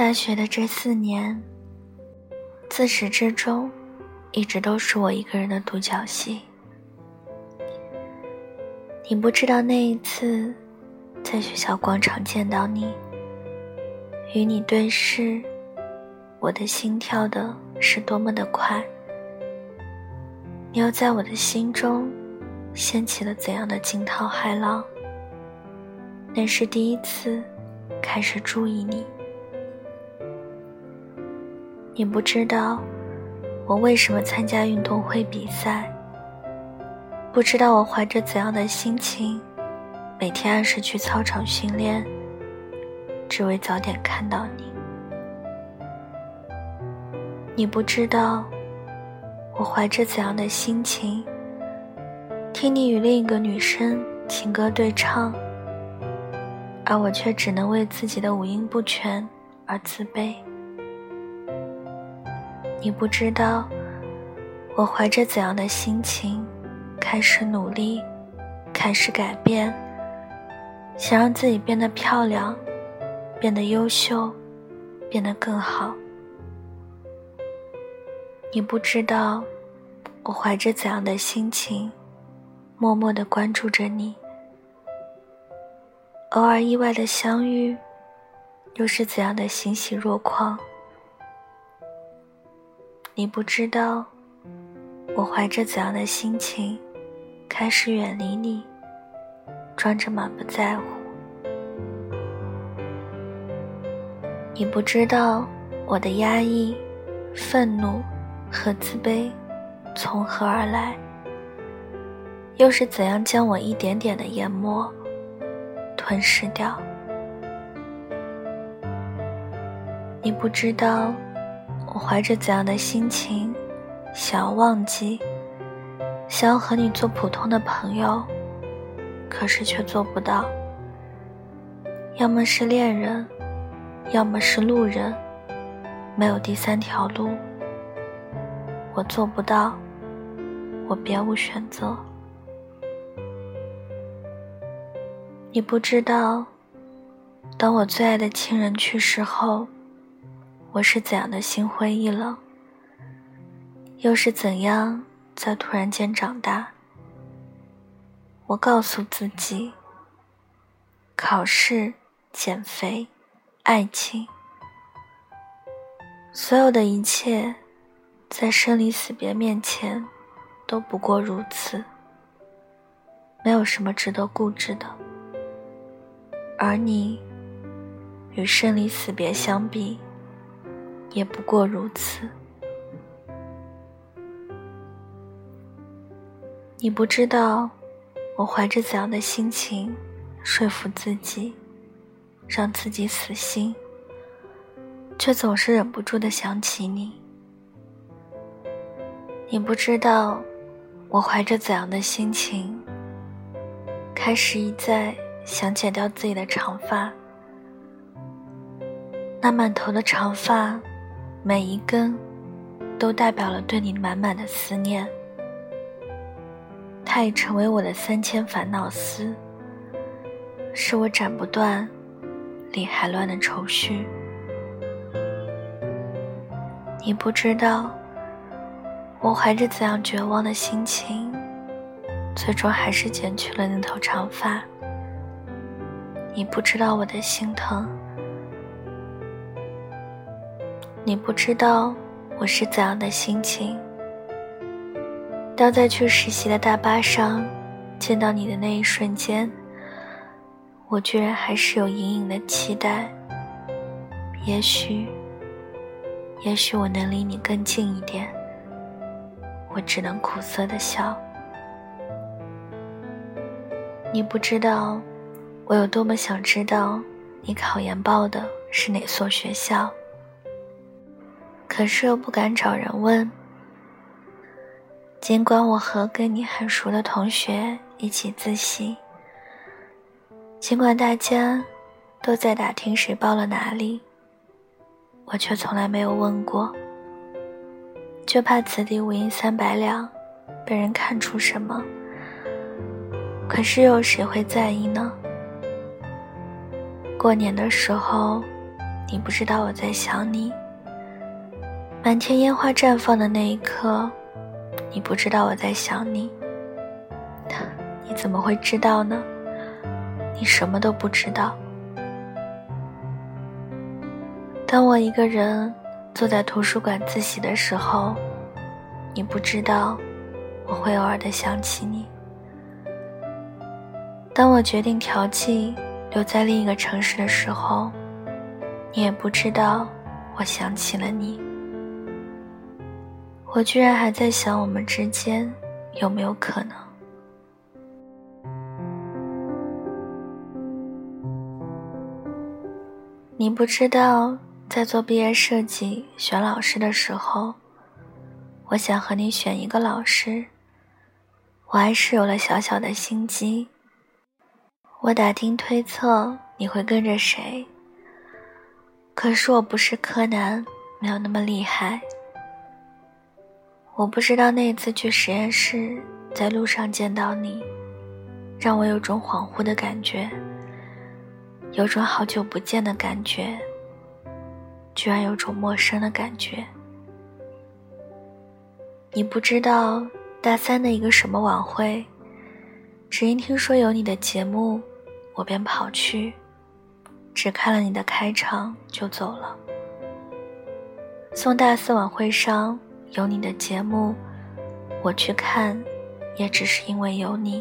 大学的这4年，自始至终一直都是我一个人的独角戏。你不知道那一次在学校广场见到你，与你对视，我的心跳的是多么的快，你又在我的心中掀起了怎样的惊涛骇浪。那是第一次开始注意你。你不知道我为什么参加运动会比赛，不知道我怀着怎样的心情每天按时去操场训练，只为早点看到你。你不知道我怀着怎样的心情听你与另一个女生情歌对唱，而我却只能为自己的五音不全而自卑。你不知道我怀着怎样的心情开始努力，开始改变，想让自己变得漂亮，变得优秀，变得更好。你不知道我怀着怎样的心情默默地关注着你，偶尔意外的相遇又是怎样的欣喜若狂。你不知道我怀着怎样的心情开始远离你，装着满不在乎。你不知道我的压抑、愤怒和自卑从何而来，又是怎样将我一点点的淹没、吞噬掉。你不知道我怀着怎样的心情想要忘记，想要和你做普通的朋友，可是却做不到。要么是恋人，要么是路人，没有第3条路。我做不到，我别无选择。你不知道当我最爱的亲人去世后，我是怎样的心灰意冷，又是怎样在突然间长大。我告诉自己，考试、减肥、爱情，所有的一切在生离死别面前都不过如此，没有什么值得固执的。而你与生离死别相比，也不过如此。你不知道我怀着怎样的心情说服自己，让自己死心，却总是忍不住地想起你。你不知道我怀着怎样的心情开始一再想剪掉自己的长发，那满头的长发每一根都代表了对你满满的思念，它已成为我的3000烦恼丝，是我斩不断理还乱的愁绪。你不知道我怀着怎样绝望的心情，最终还是剪去了那头长发。你不知道我的心疼，你不知道我是怎样的心情，当在去实习的大巴上见到你的那一瞬间，我居然还是有隐隐的期待，也许我能离你更近一点。我只能苦涩地笑。你不知道我有多么想知道你考研报的是哪所学校，可是又不敢找人问。尽管我和跟你很熟的同学一起自习，尽管大家都在打听谁报了哪里，我却从来没有问过，就怕此地无银300两被人看出什么。可是又有谁会在意呢？过年的时候你不知道我在想你。满天烟花绽放的那一刻，你不知道我在想你。你怎么会知道呢？你什么都不知道。当我一个人坐在图书馆自习的时候，你不知道我会偶尔地想起你。当我决定调剂留在另一个城市的时候，你也不知道我想起了你。我居然还在想我们之间有没有可能。你不知道在做毕业设计选老师的时候，我想和你选一个老师，我还是有了小小的心机。我打听推测你会跟着谁，可是我不是柯南，没有那么厉害。我不知道那次去实验室在路上见到你，让我有种恍惚的感觉，有种好久不见的感觉，居然有种陌生的感觉。你不知道大三的一个什么晚会，只因听说有你的节目，我便跑去，只看了你的开场就走了。送大四晚会上有你的节目，我去看也只是因为有你。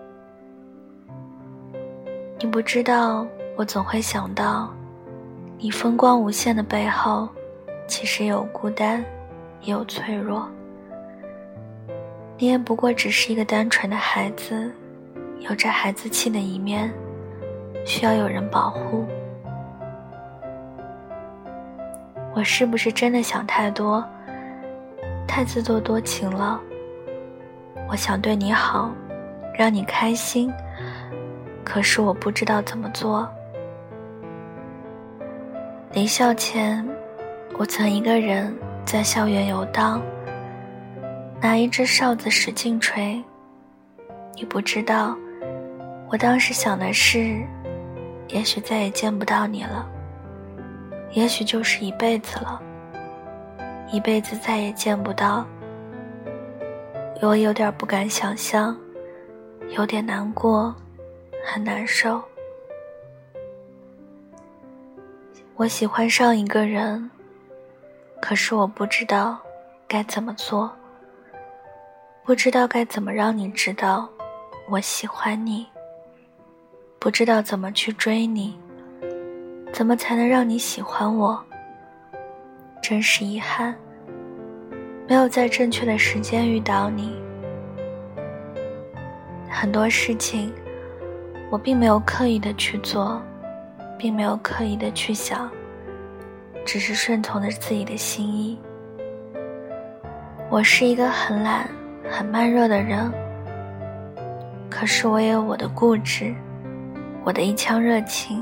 你不知道我总会想到你风光无限的背后，其实也有孤单，也有脆弱。你也不过只是一个单纯的孩子，有着孩子气的一面，需要有人保护。我是不是真的想太多，太自作多情了？我想对你好，让你开心，可是我不知道怎么做。离校前，我曾一个人在校园游荡，拿一只哨子使劲吹。你不知道，我当时想的是，也许再也见不到你了，也许就是一辈子了，一辈子再也见不到。我有点不敢想象，有点难过，很难受。我喜欢上一个人，可是我不知道该怎么做，不知道该怎么让你知道我喜欢你，不知道怎么去追你，怎么才能让你喜欢我。真是遗憾，没有在正确的时间遇到你。很多事情我并没有刻意的去做，并没有刻意的去想，只是顺从着自己的心意。我是一个很懒很慢热的人，可是我也有我的固执，我的一腔热情。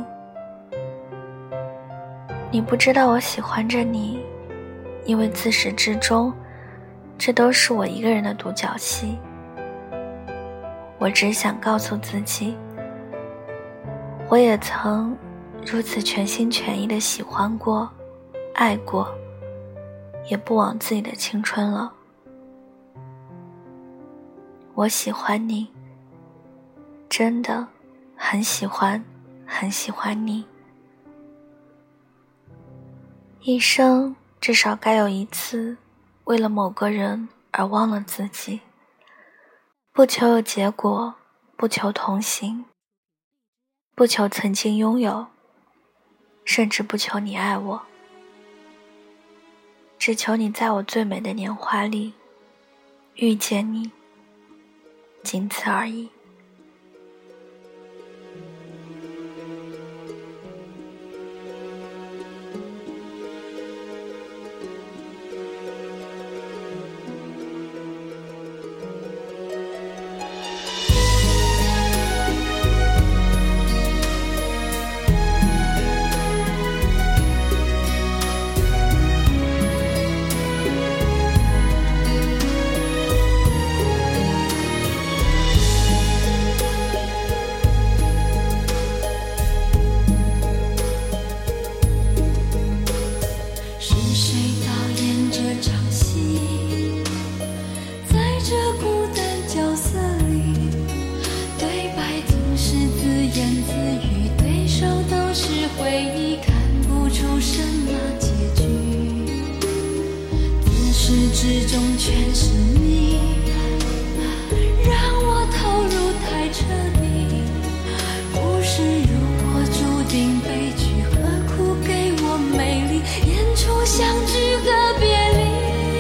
你不知道我喜欢着你，因为自始至终这都是我一个人的独角戏。我只想告诉自己，我也曾如此全心全意地喜欢过，爱过，也不枉自己的青春了。我喜欢你，真的很喜欢，很喜欢你。一生至少该有一次，为了某个人而忘了自己，不求有结果，不求同行，不求曾经拥有，甚至不求你爱我，只求你在我最美的年华里遇见你，仅此而已。 这场戏，在这孤单角色里，对白总是自言自语，对手都是回忆，看不出什么结局，自始至终全是你，让我投入太彻底，故事如果注定悲剧，何苦给我美丽，演出相聚和别离，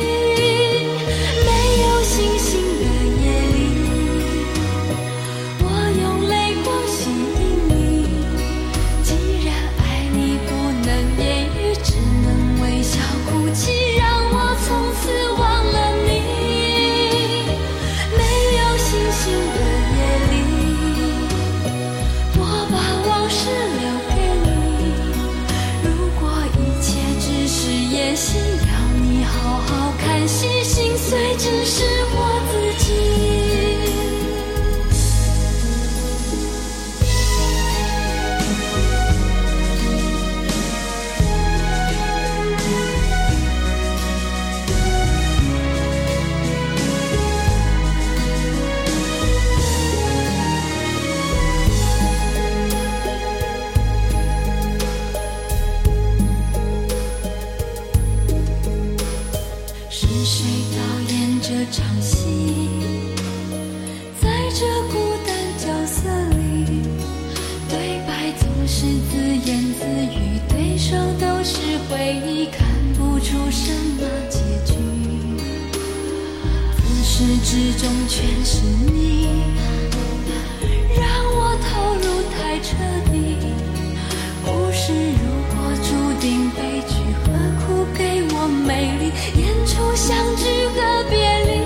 没有星星的夜里，我用泪光吸引你，既然爱你不能言语，只能微笑哭泣，让我从此忘了你，没有星星的夜里，我把往事留给你，如果一切只是演戏，要你好好看戏，心碎只是我自己。是谁导演这场戏，在这孤单角色里，对白总是自言自语，对手都是回忆，看不出什么结局，自始至终全是你，让我投入太彻底，故事如果注定悲剧，何苦给我美丽，演出相聚和别离，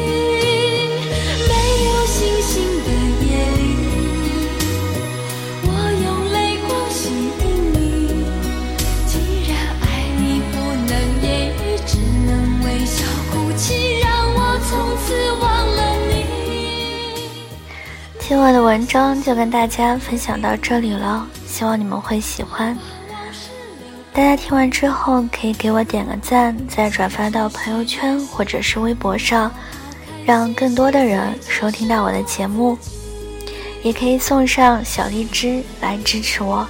没有星星的夜里，我用泪光吸引你，既然爱你不能言语，只能微笑哭泣，让我从此忘了你。 今晚的文章就跟大家分享到这里了，希望你们会喜欢。大家听完之后可以给我点个赞，再转发到朋友圈或者是微博上，让更多的人收听到我的节目，也可以送上小荔枝来支持我。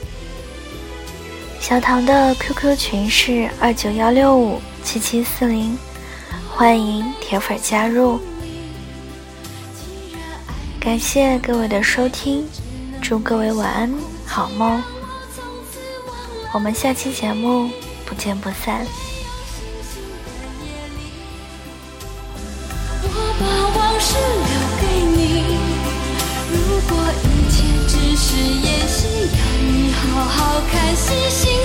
小唐的 QQ 群是291657740，欢迎铁粉加入。感谢各位的收听，祝各位晚安好梦，我们下期节目不见不散。 我把往事留给你，如果一切只是演戏，要你好好看戏。